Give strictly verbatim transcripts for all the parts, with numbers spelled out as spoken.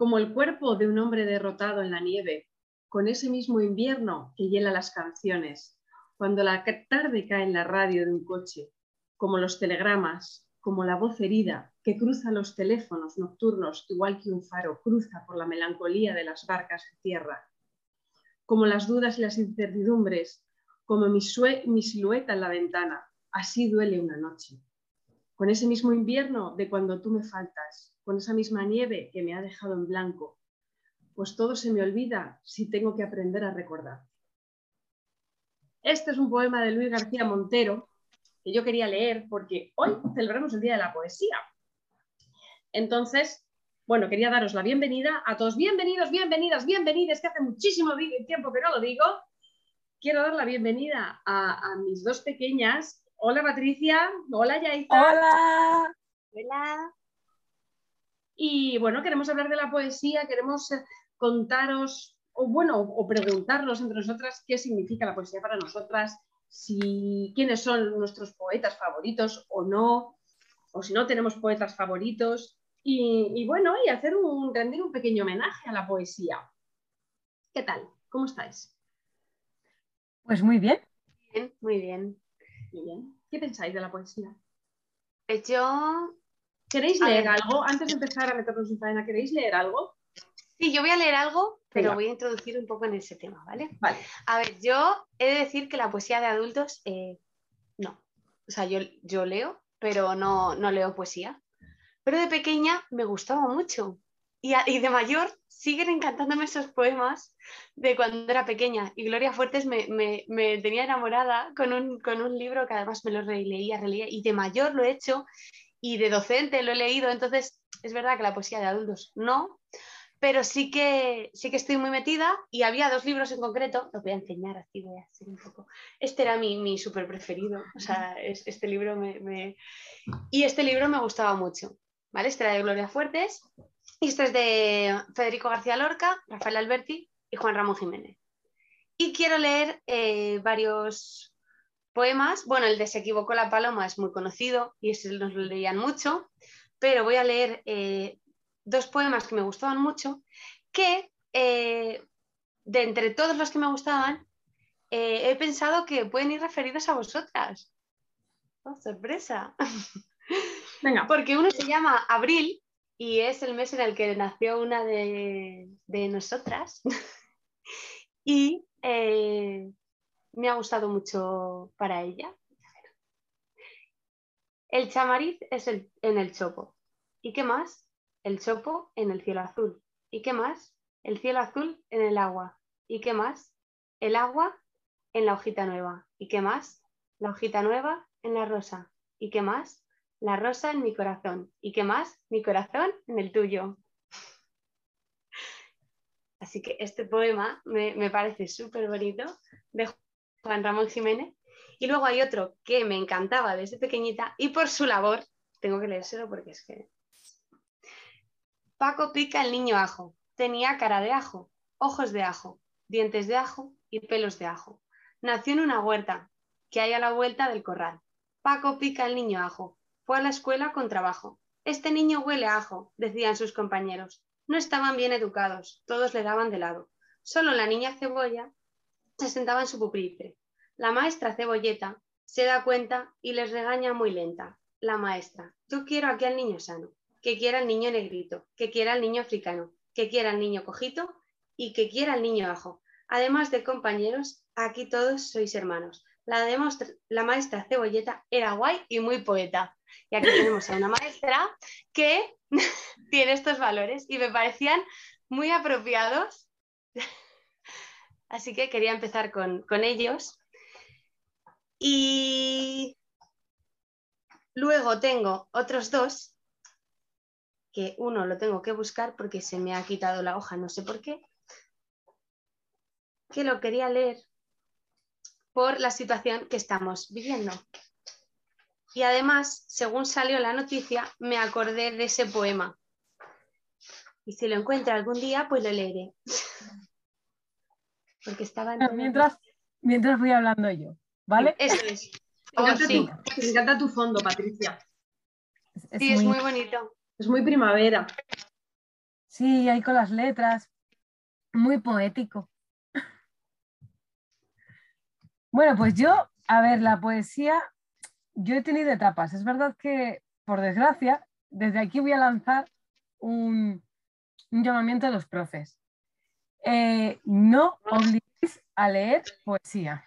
como el cuerpo de un hombre derrotado en la nieve, con ese mismo invierno que hiela las canciones, cuando la tarde cae en la radio de un coche, como los telegramas, como la voz herida que cruza los teléfonos nocturnos igual que un faro cruza por la melancolía de las barcas en tierra, como las dudas y las incertidumbres, como mi, mi silueta en la ventana, así duele una noche. Con ese mismo invierno de cuando tú me faltas, con esa misma nieve que me ha dejado en blanco, pues todo se me olvida si tengo que aprender a recordar. Este es un poema de Luis García Montero que yo quería leer porque hoy celebramos el Día de la Poesía. Entonces, bueno, quería daros la bienvenida a todos. Bienvenidos, bienvenidas, bienvenidas, que hace muchísimo tiempo que no lo digo. Quiero dar la bienvenida a, a mis dos pequeñas. Hola Patricia, hola Yaiza. Hola. Hola. Y bueno, queremos hablar de la poesía, queremos contaros, o bueno, o preguntarnos entre nosotras qué significa la poesía para nosotras, si, quiénes son nuestros poetas favoritos o no, o si no tenemos poetas favoritos, y, y bueno, y hacer un, rendir un pequeño homenaje a la poesía. ¿Qué tal? ¿Cómo estáis? Pues muy bien. Bien, muy bien. Muy bien. ¿Qué pensáis de la poesía? Pues yo... ¿Queréis A leer ver. algo? Antes de empezar a meternos en faena, ¿queréis leer algo? Sí, yo voy a leer algo, pero Venga. voy a introducir un poco en ese tema, ¿vale? Vale. A ver, yo he de decir que la poesía de adultos, eh, no. O sea, yo, yo leo, pero no, no leo poesía. Pero de pequeña me gustaba mucho. Y, a, y de mayor siguen encantándome esos poemas de cuando era pequeña. Y Gloria Fuertes me, me, me tenía enamorada con un, con un libro que además me lo releía, releía. Y de mayor lo he hecho y de docente lo he leído. Entonces, es verdad que la poesía de adultos no. Pero sí que, sí que estoy muy metida y había dos libros en concreto, los voy a enseñar así, voy a hacer un poco. Este era mi, mi súper preferido, o sea, es, este libro me, me... Y este libro me gustaba mucho, ¿vale? Este era de Gloria Fuertes y este es de Federico García Lorca, Rafael Alberti y Juan Ramón Jiménez. Y quiero leer eh, varios poemas, bueno, el de Se equivocó la paloma es muy conocido y ese nos lo leían mucho, pero voy a leer... Eh, dos poemas que me gustaban mucho, que eh, de entre todos los que me gustaban, eh, he pensado que pueden ir referidos a vosotras. ¡Oh, sorpresa! Venga. Porque uno se llama Abril y es el mes en el que nació una de, de nosotras. Y eh, me ha gustado mucho para ella. El chamariz es el, en el chopo. ¿Y qué más? El chopo en el cielo azul. ¿Y qué más? El cielo azul en el agua. ¿Y qué más? El agua en la hojita nueva. ¿Y qué más? La hojita nueva en la rosa. ¿Y qué más? La rosa en mi corazón. ¿Y qué más? Mi corazón en el tuyo. Así que este poema me, me parece súper bonito, de Juan Ramón Jiménez. Y luego hay otro que me encantaba desde pequeñita y por su labor, tengo que leérselo porque es que... Paco pica el niño ajo. Tenía cara de ajo, ojos de ajo, dientes de ajo y pelos de ajo. Nació en una huerta que hay a la vuelta del corral. Paco pica el niño ajo. Fue a la escuela con trabajo. Este niño huele a ajo, decían sus compañeros. No estaban bien educados, todos le daban de lado. Solo la niña cebolla se sentaba en su pupitre. La maestra cebolleta se da cuenta y les regaña muy lenta. La maestra, yo quiero aquí al niño sano, que quiera al niño negrito, que quiera al niño africano, que quiera al niño cojito y que quiera al niño ajo. Además de compañeros, aquí todos sois hermanos. La, la maestra cebolleta era guay y muy poeta. Y aquí tenemos a una maestra que tiene estos valores y me parecían muy apropiados. Así que quería empezar con, con ellos. Y luego tengo otros dos, que uno lo tengo que buscar porque se me ha quitado la hoja, no sé por qué, que lo quería leer por la situación que estamos viviendo. Y además, según salió la noticia, me acordé de ese poema. Y si lo encuentro algún día, pues lo leeré. Porque estaba en... Mientras, mientras voy hablando yo, ¿vale? Eso es. Me Oh, encanta, sí. tu, me encanta tu fondo, Patricia. Es, es Sí, muy... es muy bonito. Es muy primavera. Sí, ahí con las letras, muy poético. Bueno, pues yo, a ver, la poesía, yo he tenido etapas. Es verdad que, por desgracia, desde aquí voy a lanzar un, un llamamiento a los profes. Eh, no obliguéis a leer poesía.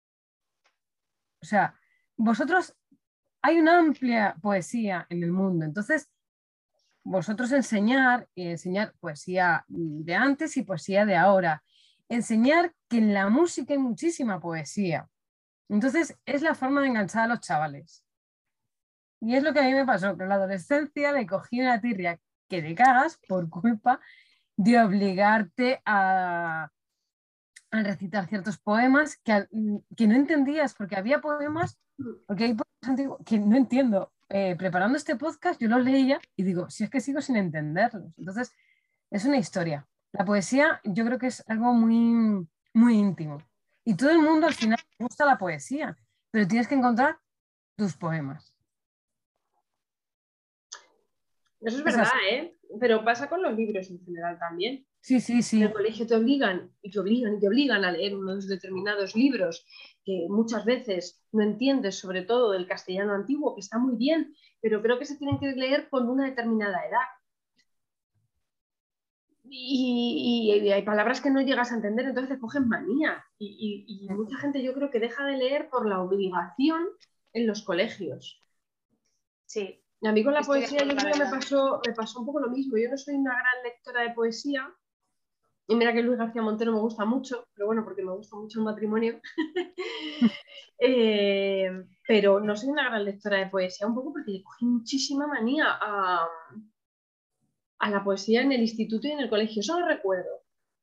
O sea, vosotros, hay una amplia poesía en el mundo, entonces vosotros enseñar y enseñar poesía de antes y poesía de ahora, enseñar que en la música hay muchísima poesía. Entonces es la forma de enganchar a los chavales. Y es lo que a mí me pasó, que en la adolescencia le cogí una tirria que te cagas por culpa de obligarte a, a recitar ciertos poemas que, que no entendías, porque había poemas, porque hay poemas antiguos que no entiendo. Eh, preparando este podcast yo los leía y digo, si es que sigo sin entenderlos. Entonces, es una historia. La poesía yo creo que es algo muy, muy íntimo. Y todo el mundo al final le gusta la poesía, pero tienes que encontrar tus poemas. Eso es Es verdad, así. ¿eh? Pero pasa con los libros en general también. Sí, sí, En sí. el colegio te obligan y te obligan y te obligan a leer unos determinados libros que muchas veces no entiendes, sobre todo del castellano antiguo, que está muy bien, pero creo que se tienen que leer con una determinada edad. Y, y, y hay palabras que no llegas a entender, entonces te cogen manía. Y, y, y mucha gente yo creo que deja de leer por la obligación en los colegios. Sí. A mí con la Estoy de poesía yo acuerdo, creo que la me verdad. pasó, me pasó un poco lo mismo. Yo no soy una gran lectora de poesía. Y mira que Luis García Montero me gusta mucho, pero bueno, porque me gusta mucho el matrimonio. eh, pero no soy una gran lectora de poesía, un poco porque le cogí muchísima manía a, a la poesía en el instituto y en el colegio. Solo recuerdo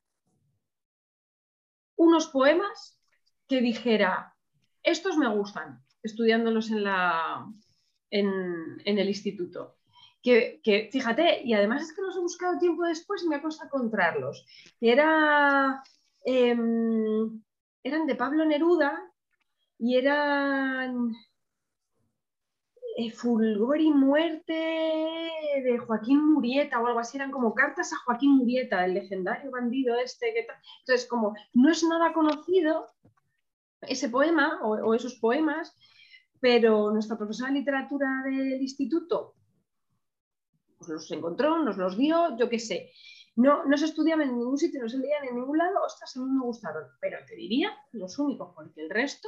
unos poemas que dijera, estos me gustan, estudiándolos en, la, en, en el instituto. Que, que, fíjate, y además es que los he buscado tiempo después y me ha costado encontrarlos, que era, eh, eran de Pablo Neruda y eran eh, Fulgor y Muerte de Joaquín Murieta o algo así, eran como cartas a Joaquín Murieta, el legendario bandido este, que tal. Entonces, como no es nada conocido ese poema o, o esos poemas, pero nuestra profesora de literatura del instituto pues los encontró, nos los dio, yo qué sé. No, no se estudiaban en ningún sitio, no se leían en ningún lado, ostras, a mí me gustaron, pero te diría los únicos, porque el resto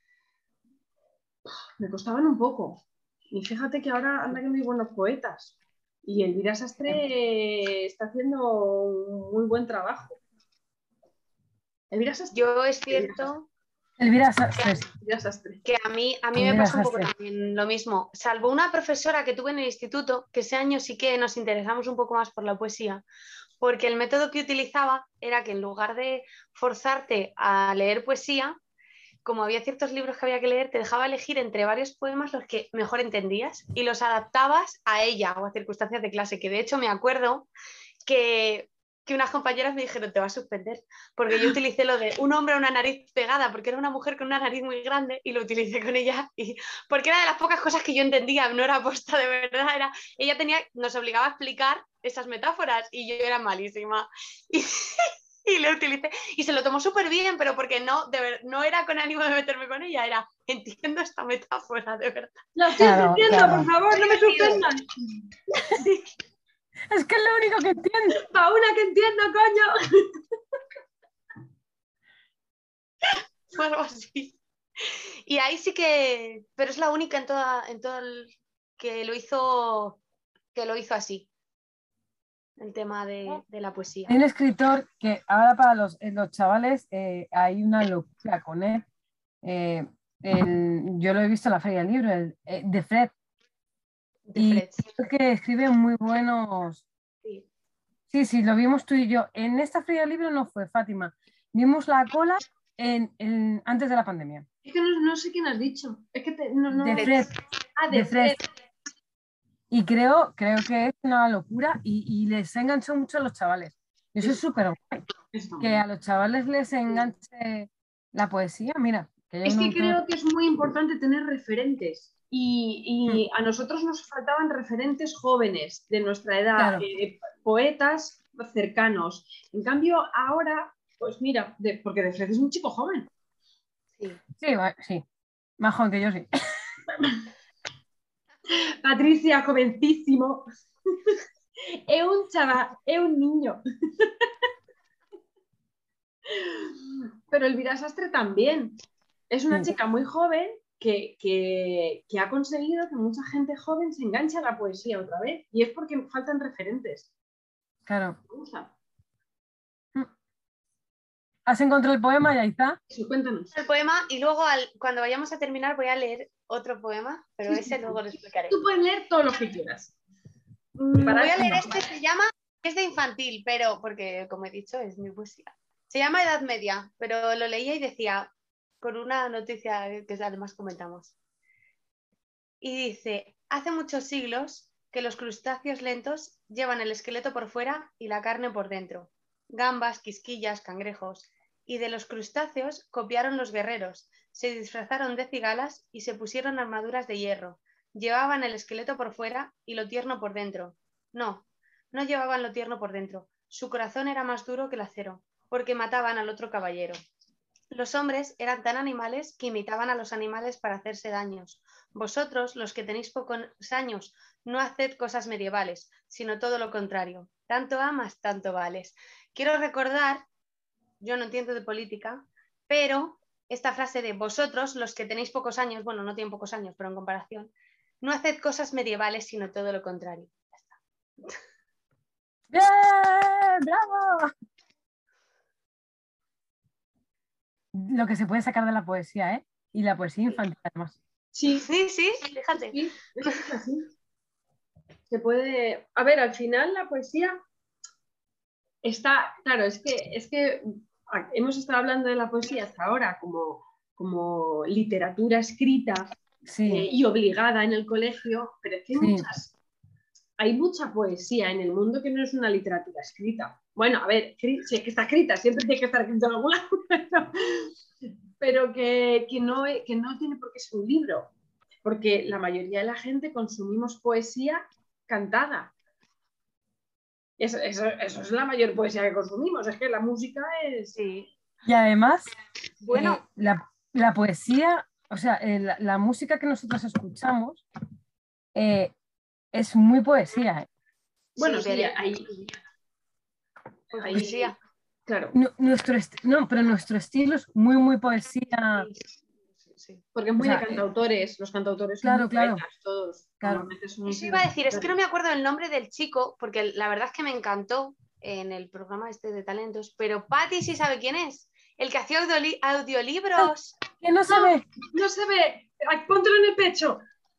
me costaban un poco. Y fíjate que ahora anda que no hay buenos poetas. Y Elvira Sastre está haciendo un muy buen trabajo. Elvira Sastre. Yo es Elvira cierto Elvira Sastre. Elvira Sastre. que a mí, a mí me Elvira pasó un poco Sastre. también lo mismo. Salvo una profesora que tuve en el instituto, que ese año sí que nos interesamos un poco más por la poesía, porque el método que utilizaba era que en lugar de forzarte a leer poesía, como había ciertos libros que había que leer, te dejaba elegir entre varios poemas los que mejor entendías y los adaptabas a ella o a circunstancias de clase, que de hecho me acuerdo que, que unas compañeras me dijeron, te va a suspender, porque yo utilicé lo de un hombre a una nariz pegada, porque era una mujer con una nariz muy grande y lo utilicé con ella, y, porque era de las pocas cosas que yo entendía, no era aposta de verdad, era, ella tenía, nos obligaba a explicar esas metáforas y yo era malísima. Y, y lo utilicé y se lo tomó súper bien, pero porque no, de ver, no era con ánimo de meterme con ella, era entiendo esta metáfora, de verdad. ¡La estoy Claro, entendiendo, claro. por favor, no me suspendan! Sí. Es que es lo único que entiendo. ¡Pa' una que entiendo, coño! Fue algo así. Y ahí sí que, pero es la única en toda, en todo el que lo hizo, que lo hizo así, el tema de, de la poesía. Hay un escritor que ahora para los, los chavales eh, hay una locura con él. Eh, el, yo lo he visto en la Feria del Libro, el, eh, de Fred. De Y Fred. creo que escribe muy buenos. Sí. Sí, sí, lo vimos tú y yo. En esta Feria del Libro no fue, Fátima. Vimos la cola en, en, antes de la pandemia. Es que no, no sé quién has dicho. Es que te, no, no... De Fred. Ah, de, De Fred. Fred. Y creo, creo que es una locura y, y les enganchó mucho a los chavales. Y eso es súper guay. Que a los chavales les enganche la poesía. Mira, que yo Es no que tengo... creo que es muy importante tener referentes. Y, y Mm, a nosotros nos faltaban referentes jóvenes de nuestra edad, claro. eh, poetas cercanos. En cambio, ahora, pues mira, de, porque de Fred es un chico joven. Sí. Sí, sí. Más joven que yo, sí. Patricia, jovencísimo. Es un chaval, es un niño. Pero Elvira Sastre también. Es una Sí. chica muy joven que, que, que ha conseguido que mucha gente joven se enganche a la poesía otra vez. Y es porque faltan referentes. Claro. Me gusta. ¿Has encontrado el poema y ahí está? Sí, cuéntanos. El poema y luego al, cuando vayamos a terminar voy a leer otro poema, pero Sí, ese sí, luego lo explicaré. Tú puedes leer todos los que quieras. Mm, Para voy a eso leer no. este, se llama, es de infantil, pero porque como he dicho es mi poesía. Se llama Edad Media, pero lo leía y decía, con una noticia que además comentamos. Y dice, hace muchos siglos que los crustáceos lentos llevan el esqueleto por fuera y la carne por dentro. Gambas, quisquillas, cangrejos. Y de los crustáceos copiaron los guerreros, se disfrazaron de cigalas y se pusieron armaduras de hierro. Llevaban el esqueleto por fuera y lo tierno por dentro. No, no llevaban lo tierno por dentro. Su corazón era más duro que el acero, porque mataban al otro caballero. Los hombres eran tan animales que imitaban a los animales para hacerse daños. Vosotros, los que tenéis pocos años, no haced cosas medievales, sino todo lo contrario. Tanto amas, tanto vales. Quiero recordar, yo no entiendo de política, pero esta frase de vosotros, los que tenéis pocos años, bueno, no tienen pocos años, pero en comparación, no haced cosas medievales, sino todo lo contrario. Ya está. ¡Bien! ¡Bravo! Lo que se puede sacar de la poesía, ¿eh? Y la poesía infantil, además. Sí, Sí, sí, fíjate. sí, es que es así. Se puede. A ver, al final la poesía está. Claro, es que, es que hemos estado hablando de la poesía hasta ahora como, como literatura escrita Sí, eh, y obligada en el colegio, pero es que hay sí. muchas. Hay mucha poesía en el mundo que no es una literatura escrita. Bueno, a ver, sí es que está escrita, siempre tiene que estar escrita en algún lado, pero que, que, no, que no tiene por qué ser un libro, porque la mayoría de la gente consumimos poesía cantada. Eso, eso, eso es la mayor poesía que consumimos, es que la música es... Sí. Y además, Bueno, eh, la, la poesía, o sea, eh, la, la música que nosotros escuchamos eh, es muy poesía. ¿eh? Bueno, sí, sí, pero hay, pues hay- poesía. claro, Nu- nuestro est- no, pero nuestro estilo es muy, muy poesía. Sí, sí. porque es O muy de sea, eh, cantautores, los cantautores son claro, muy claro, poetas, todos. claro. Normalmente son Eso iba a decir, es que no me escritores. acuerdo el nombre del chico, porque la verdad es que me encantó en el programa este de talentos, pero Patty sí sabe quién es, el que hacía audioli- audiolibros. Que no se No, ve. no se ve, Ay, póntelo en el pecho.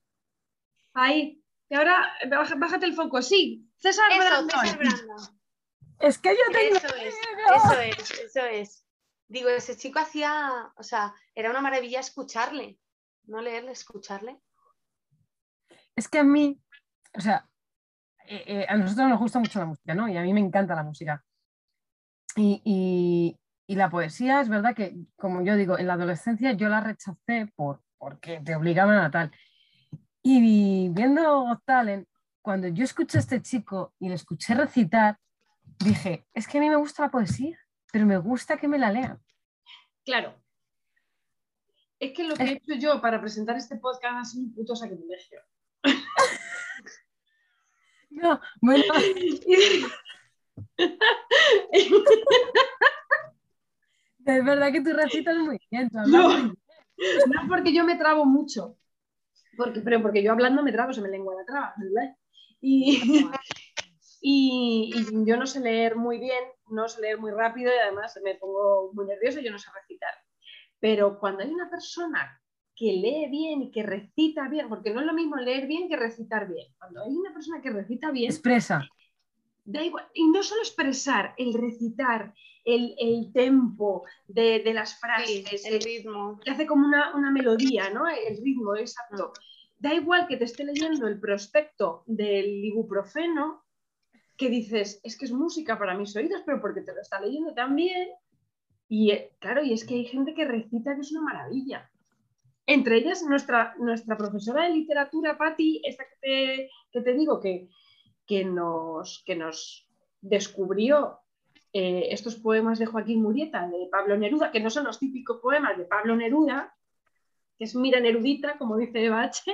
Ahí. Y ahora baja- bájate el foco. Sí, César Eso, Brandon. César Brandon. Es que yo tengo. Eso es, eso es, eso es. Digo, ese chico hacía, o sea, era una maravilla escucharle, no leerle, escucharle. Es que a mí, o sea, eh, eh, a nosotros nos gusta mucho la música, ¿no? Y a mí me encanta la música. Y, y- y la poesía es verdad que, como yo digo, en la adolescencia yo la rechacé por, porque te obligaban a tal. Y viendo Got Talent, cuando yo escuché a este chico y le escuché recitar, dije, es que a mí me gusta la poesía, pero me gusta que me la lean. Claro. Es que lo que he hecho yo para presentar este podcast ha sido un puto sacrilegio. No, bueno, es verdad que tú recitas muy bien, tú hablas No, muy bien. no porque yo me trabo mucho. Porque, pero porque yo hablando me trabo, se me lengua la traba, ¿verdad? Y, y, y yo no sé leer muy bien, no sé leer muy rápido y además me pongo muy nerviosa y yo no sé recitar. Pero cuando hay una persona que lee bien y que recita bien, porque no es lo mismo leer bien que recitar bien. Cuando hay una persona que recita bien, Expresa. da igual, y no solo expresar, el recitar, el, el tempo de, de las frases, Sí, el ritmo. que hace como una, una melodía, ¿no? El ritmo exacto. Da igual que te esté leyendo el prospecto del ibuprofeno, que dices, es que es música para mis oídos, pero porque te lo está leyendo tan bien. Y claro, y es que hay gente que recita que es una maravilla. Entre ellas, nuestra, nuestra profesora de literatura, Patti, esta que te, que te digo que, que, nos, que nos descubrió eh, estos poemas de Joaquín Murieta, de Pablo Neruda, que no son los típicos poemas de Pablo Neruda, que es mira Nerudita, como dice Eva H.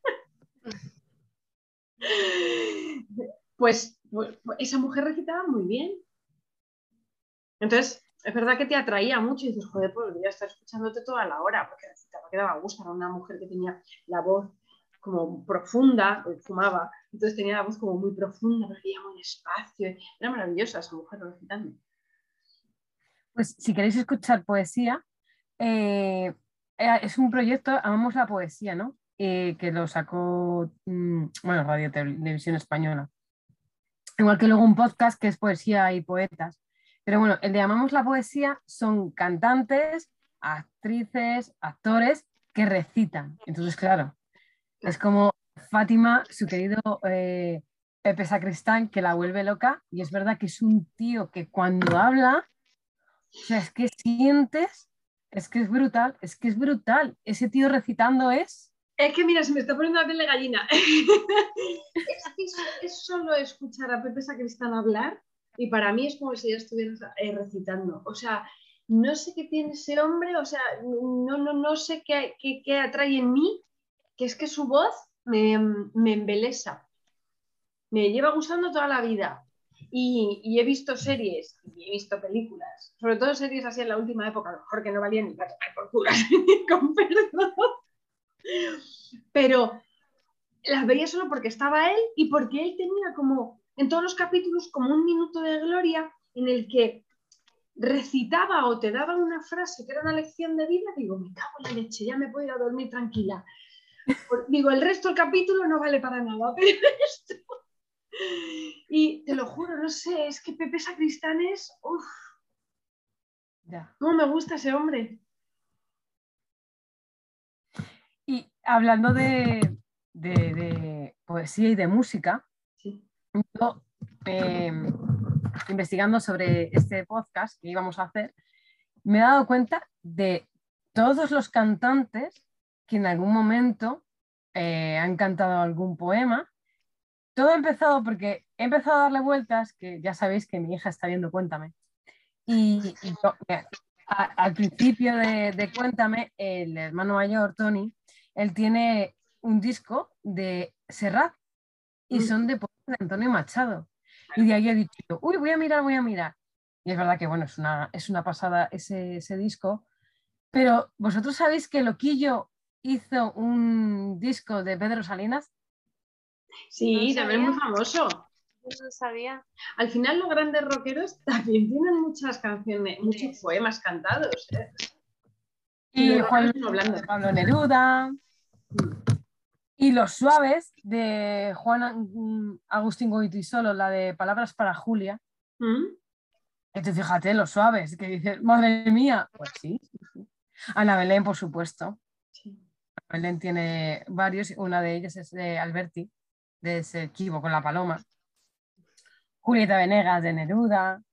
Pues, pues esa mujer recitaba muy bien. Entonces, es verdad que te atraía mucho y dices, joder, pues voy a estar escuchándote toda la hora, porque recitaba, que daba gusto, era una mujer que tenía la voz como profunda, porque fumaba, entonces tenía la voz como muy profunda, pero leía muy despacio, era maravillosa esa mujer recitando. Pues si queréis escuchar poesía, eh, eh, es un proyecto, Amamos la Poesía, ¿no? Eh, que lo sacó, mm, bueno, Radio Televisión Española. Igual que luego un podcast que es Poesía y Poetas. Pero bueno, el de Amamos la Poesía son cantantes, actrices, actores que recitan. Entonces, claro, es como Fátima, su querido eh, Pepe Sacristán, que la vuelve loca. Y es verdad que es un tío que cuando habla, o sea, es que sientes, es que es brutal, es que es brutal. Ese tío recitando es... Es que mira, se me está poniendo la piel de gallina. es que es, es solo escuchar a Pepe Sacristán hablar y para mí es como si ya estuvieras eh, recitando. O sea, no sé qué tiene ese hombre, o sea, no, no, no sé qué, qué, qué atrae en mí, que es que su voz me, me embelesa. Me lleva gustando toda la vida. Y, y, he visto series y he visto películas, sobre todo series así en la última época, a lo mejor que no valían ni para tomar por culo, con perdón. Pero las veía solo porque estaba él y porque él tenía como, en todos los capítulos, como un minuto de gloria en el que recitaba o te daba una frase que era una lección de vida. Digo, me cago en la leche, ya me puedo ir a dormir tranquila. Digo, el resto del capítulo no vale para nada, pero esto... Y te lo juro, no sé, es que Pepe Sacristán es... Uf, Ya. ¿Cómo me gusta ese hombre? Y hablando de, de, de poesía y de música, sí. yo, eh, investigando sobre este podcast que íbamos a hacer, me he dado cuenta de todos los cantantes que en algún momento eh, han cantado algún poema. Todo ha empezado porque he empezado a darle vueltas, que ya sabéis que mi hija está viendo Cuéntame. Y, y yo, mira, a, al principio de, de Cuéntame, el hermano mayor, Tony, él tiene un disco de Serrat y Mm. son de poemas de Antonio Machado. Y de ahí he dicho, uy, voy a mirar, voy a mirar. Y es verdad que, bueno, es una, es una pasada ese, ese disco. Pero vosotros sabéis que Loquillo hizo un disco de Pedro Salinas. Sí, No también es muy sabía. famoso. No sabía. Al final los grandes rockeros también tienen muchas canciones, muchos poemas cantados. ¿eh? Y Y los Juan rockeros Luis no hablando. de Pablo Neruda. Y Los Suaves de Juan mm, Agustín Goytisolo, la de Palabras para Julia. ¿Mm? Que tú fíjate, Los Suaves, que dices, madre mía. Pues sí. Ana Belén, por supuesto. Sí. Ana Belén tiene varios, una de ellas es de Alberti, de ese Equivo con la paloma. Julieta Venegas de Neruda.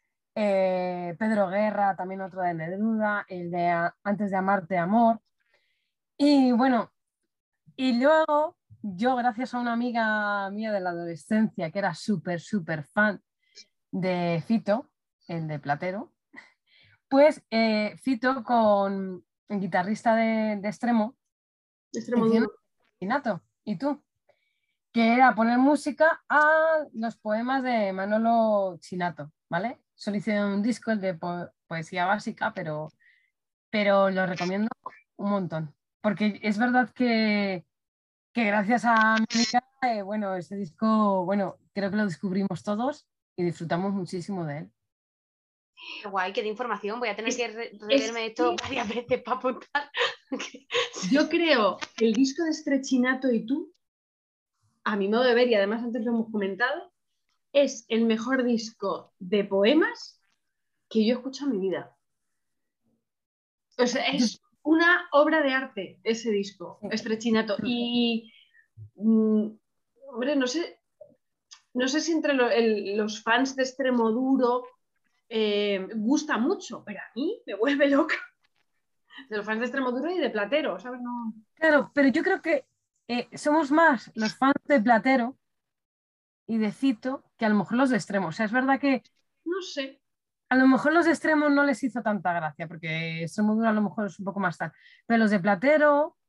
Eh, Pedro Guerra, también otro de Neruda, el de a, Antes de amarte, amor. Y bueno, y luego yo, gracias a una amiga mía de la adolescencia que era súper, súper fan de Fito, el de Platero, pues eh, Fito con el guitarrista de, de Extremo, hicieron Extremoduro. Asesinato, ¿y tú? Que era poner música a los poemas de Manolo Chinato, ¿vale? Solo hicieron un disco, el de po poesía básica, pero, pero lo recomiendo un montón. Porque es verdad que, que gracias a mi amiga, eh, bueno, ese disco, bueno, creo que lo descubrimos todos y disfrutamos muchísimo de él. Qué guay, qué de información. Voy a tener Es, que re reverme es, esto varias veces para apuntar. yo creo que el disco de Strechinato y tú, a mi modo de ver, y además antes lo hemos comentado, es el mejor disco de poemas que yo he escuchado en mi vida. O sea, es una obra de arte ese disco, Strechinato. Y, mm, hombre, no sé, no sé si entre lo, el, los fans de Extremoduro eh, gusta mucho, pero a mí me vuelve loca. De los fans de Extremoduro y de Platero, ¿sabes? No... Claro, pero yo creo que eh, somos más los fans de Platero y de Cito que a lo mejor los de Extremo. O sea, es verdad que No sé. a lo mejor los de Extremo no les hizo tanta gracia, porque Extremoduro a lo mejor es un poco más tal. Pero los de Platero,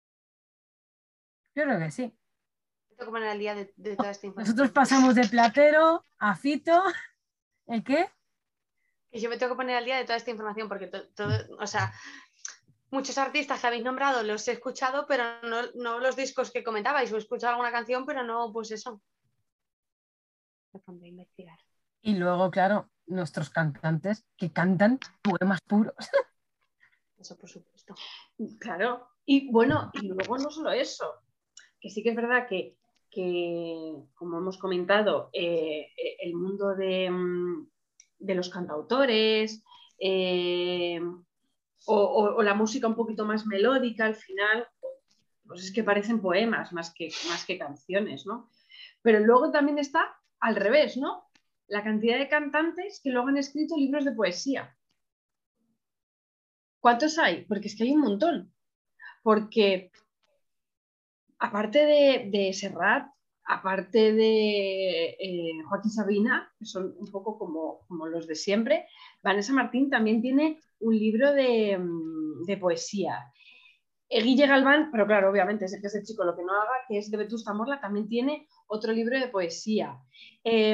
yo creo que sí. Tengo que poner al día de, de toda esta información. Nosotros pasamos de Platero a Fito. ¿El qué? Y yo me tengo que poner al día de toda esta información porque to- todo, o sea, muchos artistas que habéis nombrado los he escuchado, pero no, no los discos que comentabais. O he escuchado alguna canción, pero no, pues eso. Me pondré a investigar. Y luego, claro, nuestros cantantes que cantan poemas puros. Eso por supuesto. Claro. Y bueno, y luego no solo eso, que sí que es verdad que, que como hemos comentado, eh, el mundo de, mm, de los cantautores eh, o, o, o la música un poquito más melódica, al final, pues es que parecen poemas más que, más que canciones, ¿no? Pero luego también está al revés, ¿no? La cantidad de cantantes que luego han escrito libros de poesía. ¿Cuántos hay? Porque es que hay un montón. Porque aparte de, de Serrat, aparte de eh, Joaquín Sabina, que son un poco como, como los de siempre, Vanessa Martín también tiene un libro de, mm, de poesía. Eh, Guille Galván, pero claro, obviamente, es que ese chico lo que no haga, que es de Vetusta Morla, también tiene otro libro de poesía. Eh,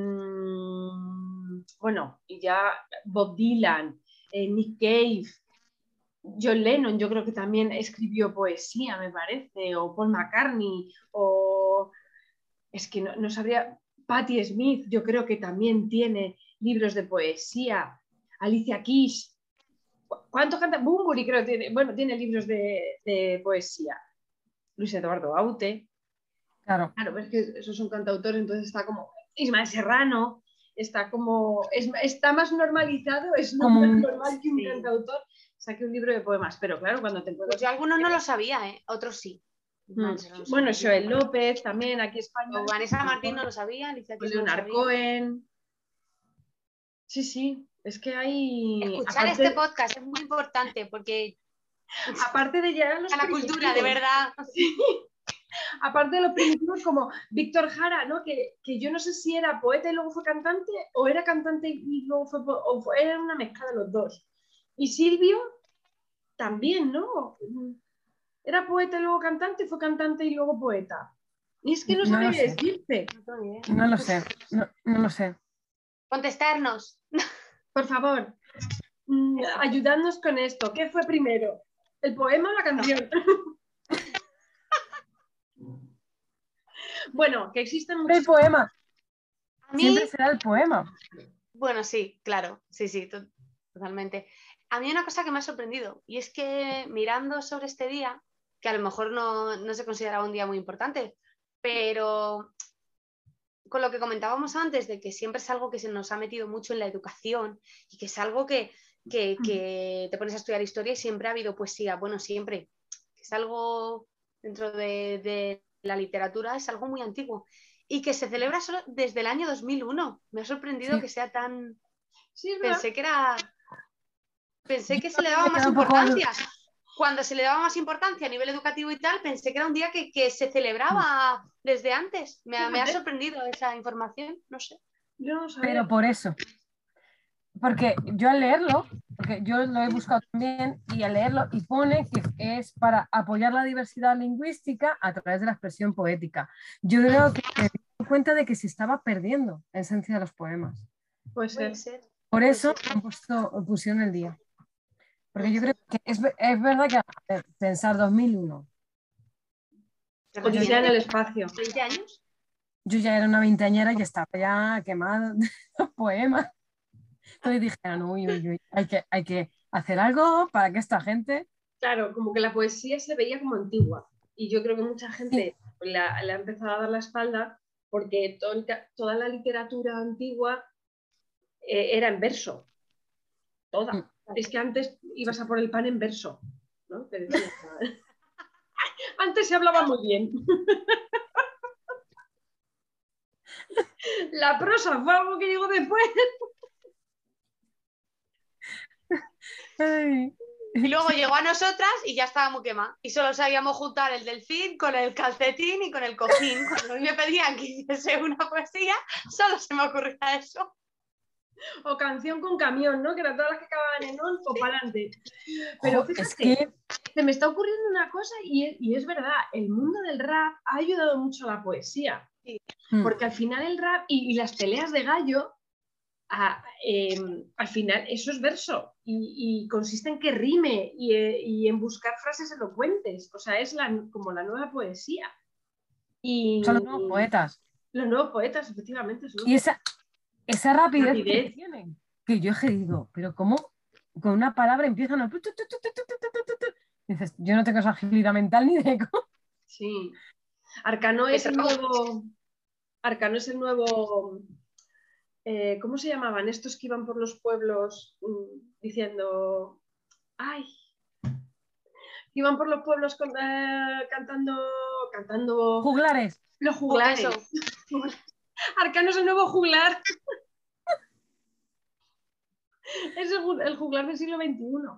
bueno, y ya Bob Dylan, eh, Nick Cave, John Lennon, yo creo que también escribió poesía, me parece, o Paul McCartney, o es que no, no sabría, Patti Smith, yo creo que también tiene libros de poesía, Alicia Keys, ¿cuánto canta? Bunbury creo que tiene, bueno, tiene libros de, de poesía, Luis Eduardo Aute, Claro. claro, pero es que esos son cantautores, entonces está como Ismael Serrano, está como, es, está más normalizado, es Como más un- normal que un Sí. cantautor saque un libro de poemas, pero claro, cuando te Pues encuentras... yo algunos no lo sabía, ¿eh? Otros sí. Mm. Vale, no Bueno, sabía. Joel López también, aquí español. O Vanessa Martín no lo sabía, Alicia Keys no lo Leonard sabía. Cohen. Sí, sí, es que hay. Escuchar este Aparte, podcast es muy importante porque aparte de llegar a los a la cultura, de primitivos. verdad. Sí. Aparte de los primitivos como Víctor Jara, ¿no? Que, que yo no sé si era poeta y luego fue cantante, o era cantante y luego fue, o fue era una mezcla de los dos. Y Silvio también, ¿no? Era poeta y luego cantante, fue cantante y luego poeta. Y es que no No lo sabría sé, decirte. No tengo ni idea. no lo sé, no, no lo sé. Contestarnos. Por favor, mm, Eso. ayudadnos con esto. ¿Qué fue primero? ¿El poema o la canción? Bueno, que existen El muchísimos. poema, A mí, siempre será el poema. bueno, sí, claro, sí, sí, to- totalmente. A mí una cosa que me ha sorprendido y es que mirando sobre este día, que a lo mejor no, no se considera un día muy importante, pero con lo que comentábamos antes de que siempre es algo que se nos ha metido mucho en la educación y que es algo que, que, que te pones a estudiar historia y siempre ha habido poesía, bueno, siempre, es algo dentro de, de la literatura, es algo muy antiguo y que se celebra solo desde el año dos mil uno. Me ha sorprendido Sí. que sea tan... Sí, es verdad. Pensé que era... Pensé Yo que se le también daba me más quedo un poco- importancia. Cuando se le daba más importancia a nivel educativo y tal, pensé que era un día que, que se celebraba desde antes. Me, ha- me ha Fíjate, sorprendido esa información, no sé. yo no sabía. Pero por eso, porque yo al leerlo, porque yo lo he buscado también, y al leerlo, y pone que es para apoyar la diversidad lingüística a través de la expresión poética. Yo creo que me di cuenta de que se estaba perdiendo la esencia de los poemas. Puede Puede ser. ser. Por Puede eso ser. han puesto, pusieron el día. Porque Puede yo creo ser. que es, ve- es verdad que a ver, pensar dos mil uno, Odisea en Reciente, el espacio. veinte años. yo ya era una veinteañera y estaba ya quemada de los poemas. Entonces dijeron, uy, uy, uy, hay que, hay que hacer algo para que esta gente... Claro, como que la poesía se veía como antigua. Y yo creo que mucha gente la, le ha empezado a dar la espalda porque todo el ca- toda la literatura antigua eh, era en verso. Toda. Es que antes ibas a por el pan en verso. ¿No? Te decía, antes se hablaba muy bien. La prosa fue algo que llegó después. Ay, Y luego llegó a nosotras y ya estábamos quemadas. Y solo sabíamos juntar el delfín con el calcetín y con el cojín. Cuando a mí me pedían que hiciese una poesía, solo se me ocurría eso. O canción con camión, ¿no? Que eran todas las que acababan en on o para adelante. Pero Jo, fíjate, es que se me está ocurriendo una cosa y es, y es verdad, el mundo del rap ha ayudado mucho a la poesía. Sí. Porque al final el rap y, y las peleas de gallo, a, eh, al final eso es verso y, y consiste en que rime y, eh, y en buscar frases elocuentes. O sea, es la, como la nueva poesía. Y son los nuevos poetas. los nuevos poetas, efectivamente. Son los Y esa, esa rapidez, Rapidez. que tienen, que yo he digo, pero ¿cómo con una palabra empiezan a... Dices, yo no tengo esa agilidad mental ni de... Sí. Arcano es el nuevo. Arcano es el nuevo. Eh, ¿Cómo se llamaban? Estos que iban por los pueblos mmm, diciendo. ¡Ay! Iban por los pueblos con, eh, cantando. Cantando. Juglares. Los juglares. Arcano es el nuevo juglar. Es el, el juglar del siglo veintiuno.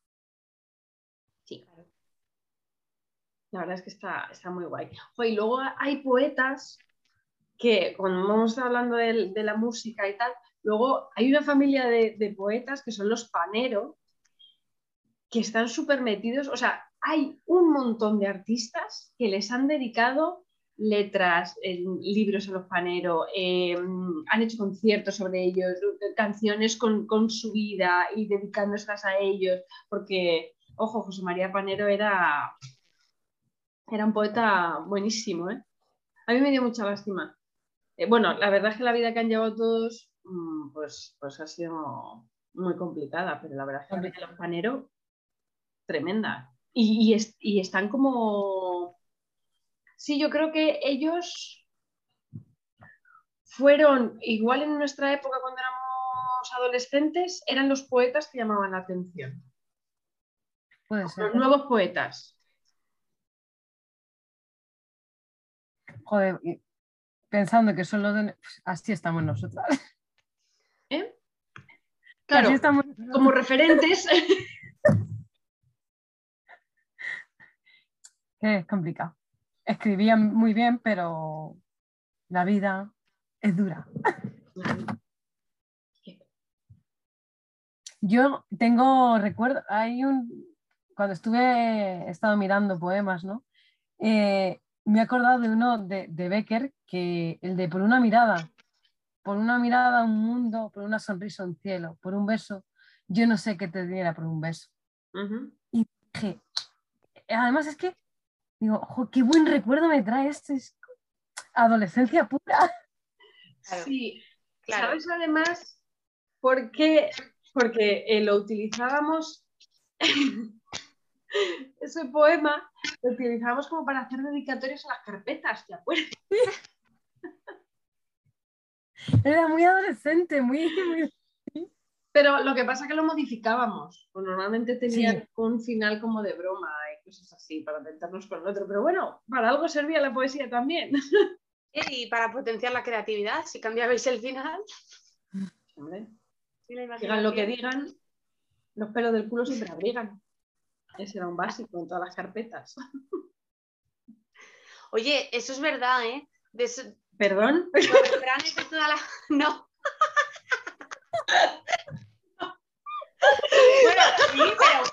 Sí, claro. La verdad es que está, está muy guay. Oye, y luego hay poetas que, cuando vamos a estar hablando de, de la música y tal, luego hay una familia de, de poetas que son los Panero, que están súper metidos. O sea, hay un montón de artistas que les han dedicado letras, eh, libros a los Panero, eh, han hecho conciertos sobre ellos, canciones con, con su vida y dedicándoselas a ellos, porque, ojo, José María Panero era... Era un poeta buenísimo, ¿eh? A mí me dio mucha lástima. Eh, bueno, la verdad es que la vida que han llevado todos, mmm, pues, pues ha sido muy complicada, pero la verdad es que la vida de los Panero, tremenda. Y, y, es, y están como... Sí, yo creo que ellos fueron, igual en nuestra época cuando éramos adolescentes, eran los poetas que llamaban la atención. Puede ser. Los nuevos poetas. Joder, pensando que son los de... Pues así estamos nosotras. ¿Eh? Claro, así estamos... como referentes. Que es complicado. Escribían muy bien, pero la vida es dura. Yo tengo recuerdo, hay un... Cuando estuve, he estado mirando poemas, ¿no? Eh, me he acordado de uno de, de Becker, que el de por una mirada, por una mirada un mundo, por una sonrisa un cielo, por un beso, yo no sé qué te diera por un beso. Uh-huh. Y dije, además es que, digo, ojo, qué buen recuerdo me trae esto, es adolescencia pura. Claro. Sí, claro. ¿Sabes además por qué? Porque eh, lo utilizábamos... Ese poema lo utilizábamos como para hacer dedicatorias a las carpetas, ¿te acuerdas? Era muy adolescente, muy, muy... Pero lo que pasa es que lo modificábamos. Pues normalmente tenía Sí. un final como de broma y cosas así para meternos con el otro. Pero bueno, para algo servía la poesía también. Y para potenciar la creatividad, si cambiabais el final. Hombre, digan lo que digan, los pelos del culo siempre abrigan. Ese era un básico en todas las carpetas. Oye, eso es verdad, ¿eh? De eso... ¿Perdón? Los refranes de toda la... No. Bueno, sí, pero...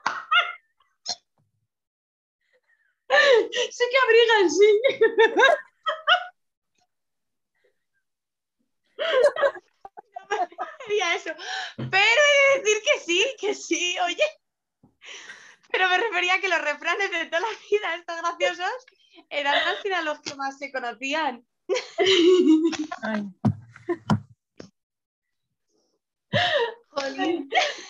Sí que abrigan, sí. No me eso. Pero he de decir que sí, que sí, oye. Pero me refería a que los refranes de toda la vida, estos graciosos, eran al final los que más se conocían. Ay. Jolín.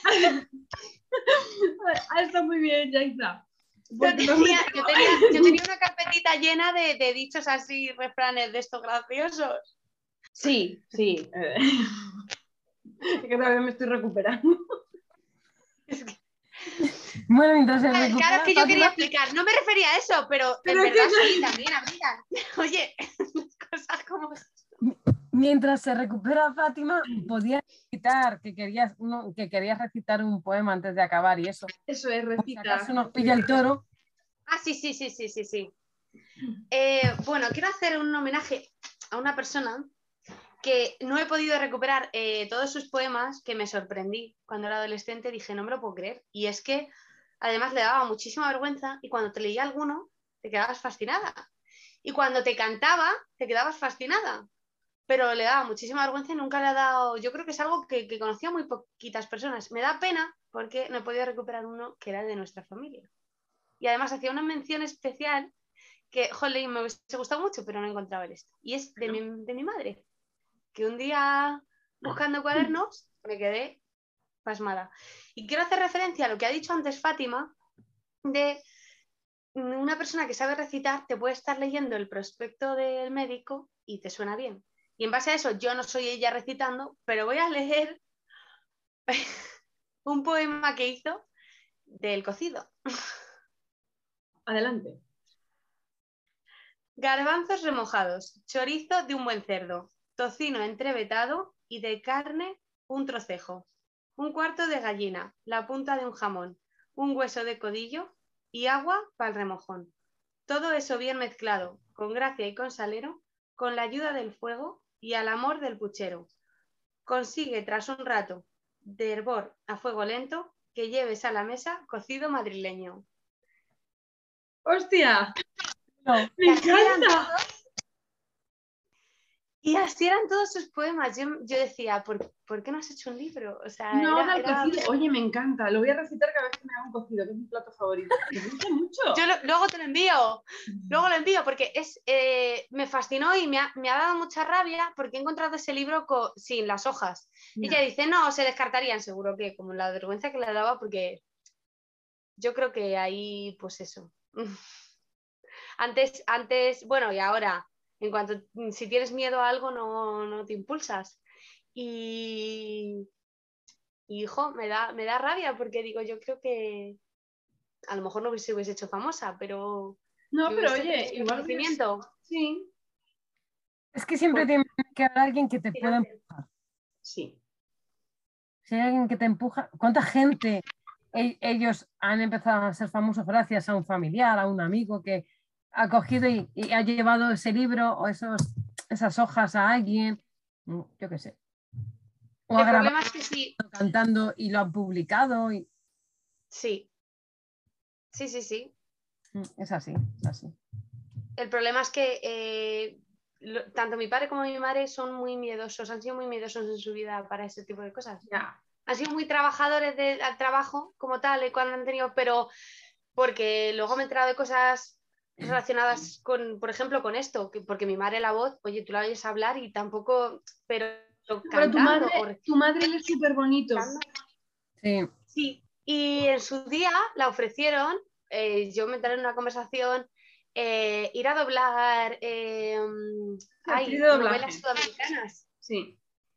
Está muy bien, Yaisa. Yo tenía, yo, tenía, yo tenía una carpetita llena de, de dichos así, refranes de estos graciosos. Sí, sí. Es que todavía me estoy recuperando. Es que... Bueno, mientras se Claro, recupera, claro, es que yo quería Fátima... explicar, no me refería a eso, pero, Pero en verdad que... sí, también abrigan. Oye, cosas como... mientras se recupera Fátima, podías recitar, que querías, uno, que querías recitar un poema antes de acabar y eso. Eso es, Por si recita. acaso nos pilla el toro. Ah, sí, sí, sí, sí, sí, sí. Eh, bueno, quiero hacer un homenaje a una persona que no he podido recuperar eh, todos sus poemas, que me sorprendí cuando era adolescente, dije, no me lo puedo creer. Y es que además le daba muchísima vergüenza y cuando te leía alguno, te quedabas fascinada. Y cuando te cantaba, te quedabas fascinada. Pero le daba muchísima vergüenza y nunca le ha dado... Yo creo que es algo que, que conocía muy poquitas personas. Me da pena porque no he podido recuperar uno que era de nuestra familia. Y además hacía una mención especial que, joder, me hubiese gustado mucho, pero no encontraba el esto. Y es de mi, de mi madre, que un día buscando cuadernos me quedé pasmada. Y quiero hacer referencia a lo que ha dicho antes Fátima, de una persona que sabe recitar te puede estar leyendo el prospecto del médico y te suena bien. Y en base a eso, yo no soy ella recitando, pero voy a leer un poema que hizo del cocido. Adelante. Garbanzos remojados, chorizo de un buen cerdo, tocino entrevetado y de carne un trocejo, un cuarto de gallina, la punta de un jamón, un hueso de codillo y agua para el remojón. Todo eso bien mezclado, con gracia y con salero, con la ayuda del fuego y al amor del puchero. Consigue tras un rato de hervor a fuego lento que lleves a la mesa cocido madrileño. ¡Hostia! No. ¡Me encanta! Y así eran todos sus poemas. Yo, yo decía, ¿por, ¿por qué no has hecho un libro? O sea, No, era, del era... cocido. Oye, me encanta. Lo voy a recitar cada vez que me haga un cocido, que es mi plato favorito. Me gusta mucho. Yo lo, luego te lo envío. Luego lo envío porque es, eh, me fascinó y me ha, me ha dado mucha rabia porque he encontrado ese libro con, sin las hojas. No. Ella dice, no, se descartarían seguro que, como la vergüenza que le daba, porque yo creo que ahí, pues eso. Antes, antes, bueno, y ahora, en cuanto, si tienes miedo a algo, no, no te impulsas. Y, y, hijo, me da, me da rabia porque digo, yo creo que a lo mejor no se hubiese hecho famosa, pero No, que pero hubiese oye, tenido igual hubieras... reconocimiento. Sí. Es que siempre Pues, tiene que haber alguien que te pueda fíjate. empujar. Sí. Si hay alguien que te empuja, ¿cuánta gente e- ellos han empezado a ser famosos gracias a un familiar, a un amigo que ha cogido y, y ha llevado ese libro o esos, esas hojas a alguien? Mm, Yo qué sé. O ha El grabado problema es que sí, cantando y lo han publicado. Y... sí, sí, sí, sí. mm, Es así, es así. El problema es que eh, lo- tanto mi padre como mi madre son muy miedosos, han sido muy miedosos en su vida para ese tipo de cosas. Ya. Han sido muy trabajadores del trabajo como tal, y cuando han tenido, pero porque luego me he enterado de cosas relacionadas con, por ejemplo, con esto, que porque mi madre la voz, oye, tú la oyes hablar y tampoco, pero Pero tu cantando madre, o tu madre es súper bonito. recitando. Sí. Sí, y en su día la ofrecieron, eh, yo me enteré en una conversación, eh, ir a doblar eh, Actriz ay, de novelas doblaje. sudamericanas. Sí.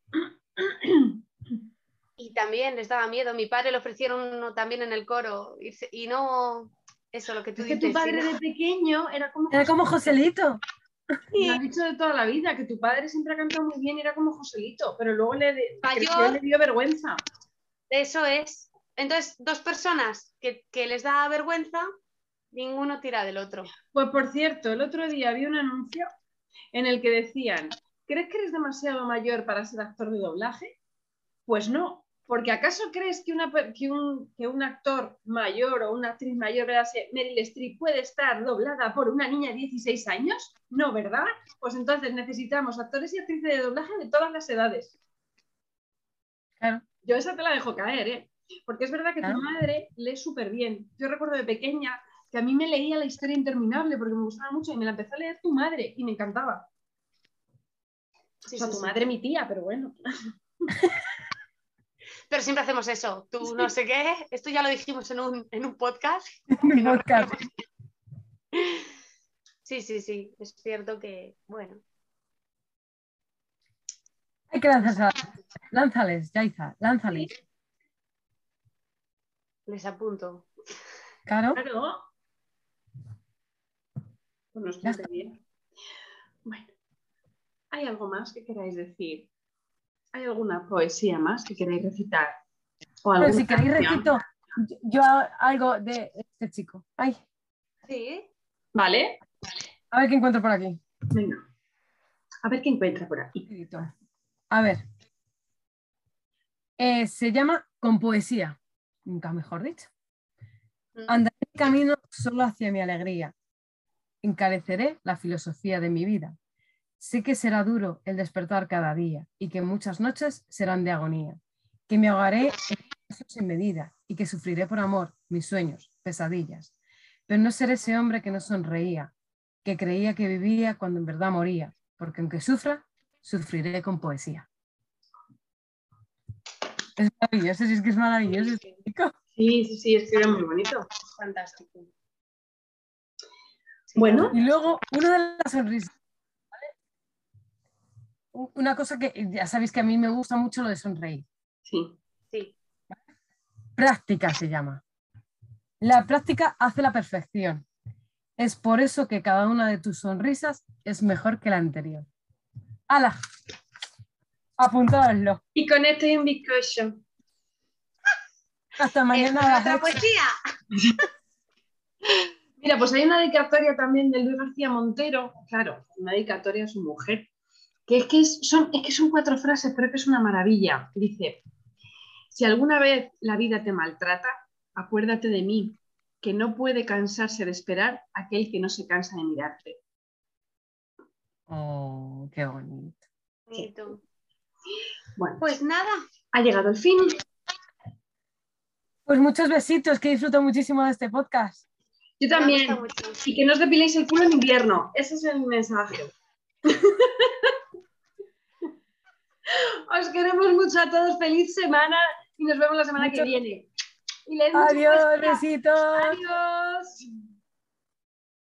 Y también les daba miedo. Mi padre le ofrecieron uno también en el coro. Y, se- y no, eso lo que tú Es que tu dices, sí, padre no. de pequeño era como Era como Joselito. Joselito. Me Y han dicho de toda la vida que tu padre siempre ha cantado muy bien y era como Joselito, pero luego le de- creció y le mayor, dio vergüenza. eso es. Entonces, dos personas que, que les da vergüenza, ninguno tira del otro. Pues por cierto, el otro día había un anuncio en el que decían, ¿crees que eres demasiado mayor para ser actor de doblaje? Pues no, porque ¿acaso crees que, una, que, un, que un actor mayor o una actriz mayor, véase Meryl Streep, puede estar doblada por una niña de dieciséis años? No, ¿verdad? Pues entonces necesitamos actores y actrices de doblaje de todas las edades. Claro, Yo esa te la dejo caer, ¿eh? Porque es verdad que tu claro. madre lee súper bien. Yo recuerdo de pequeña que a mí me leía la historia interminable porque me gustaba mucho y me la empezó a leer tu madre y me encantaba. Sí, O sea, sí, tu sí. madre, mi tía, pero bueno. Pero siempre hacemos eso. Tú no sé qué. Esto ya lo dijimos en un, en un podcast. Mi Que no podcast. recuerdo. Sí, sí, sí. Es cierto que, bueno. Hay que lanzarse. Lánzales, Yaiza, lánzales. ¿Sí? Les apunto. Claro, Claro. Pues no ya estoy está. bien. Bueno. ¿Hay algo más que queráis decir? ¿Hay alguna poesía más que queráis recitar? ¿O Pero alguna si queréis canción? recito yo, yo algo de este chico. Ay, Sí. ¿Vale? a ver qué encuentro por aquí. Venga. A ver qué encuentra por aquí. Rapidito. A ver. Eh, se llama Con poesía. Nunca mejor dicho. Mm. Andaré mi camino solo hacia mi alegría. Encareceré la filosofía de mi vida. Sé que será duro el despertar cada día y que muchas noches serán de agonía. Que me ahogaré en besos sin medida y que sufriré por amor mis sueños, pesadillas. Pero no seré ese hombre que no sonreía, que creía que vivía cuando en verdad moría, porque aunque sufra, sufriré con poesía. Es maravilloso, sí, es que es maravilloso. este chico. Sí, sí, sí, escribe muy bonito. Fantástico. Sí, Bueno, Y luego, uno de las sonrisas. ¿Vale? Una cosa que ya sabéis que a mí me gusta mucho lo de sonreír. sí. sí. Práctica se llama. La práctica hace la perfección. Es por eso que cada una de tus sonrisas es mejor que la anterior. ¡Hala! Apuntadoslo. Y con esto y un bizcocho. Hasta ¿Esta mañana es a nuestra las ocho. poesía? Mira, pues hay una dedicatoria también de Luis García Montero. Claro, una dedicatoria a su mujer. Que es que es- son, es que son cuatro frases, pero que es una maravilla. Dice, si alguna vez la vida te maltrata, acuérdate de mí, que no puede cansarse de esperar aquel que no se cansa de mirarte. Oh, qué bonito. Bonito. Bueno, Pues nada, ha llegado el fin. Pues muchos besitos, que disfruto muchísimo de este podcast. Yo me ha también. gustado mucho. Y que no os depiléis el culo en invierno. Ese es el mensaje. Os queremos mucho a todos. Feliz semana y nos vemos la semana que Mucho- viene. Y leed mucha Adiós, poesía. besitos. Adiós.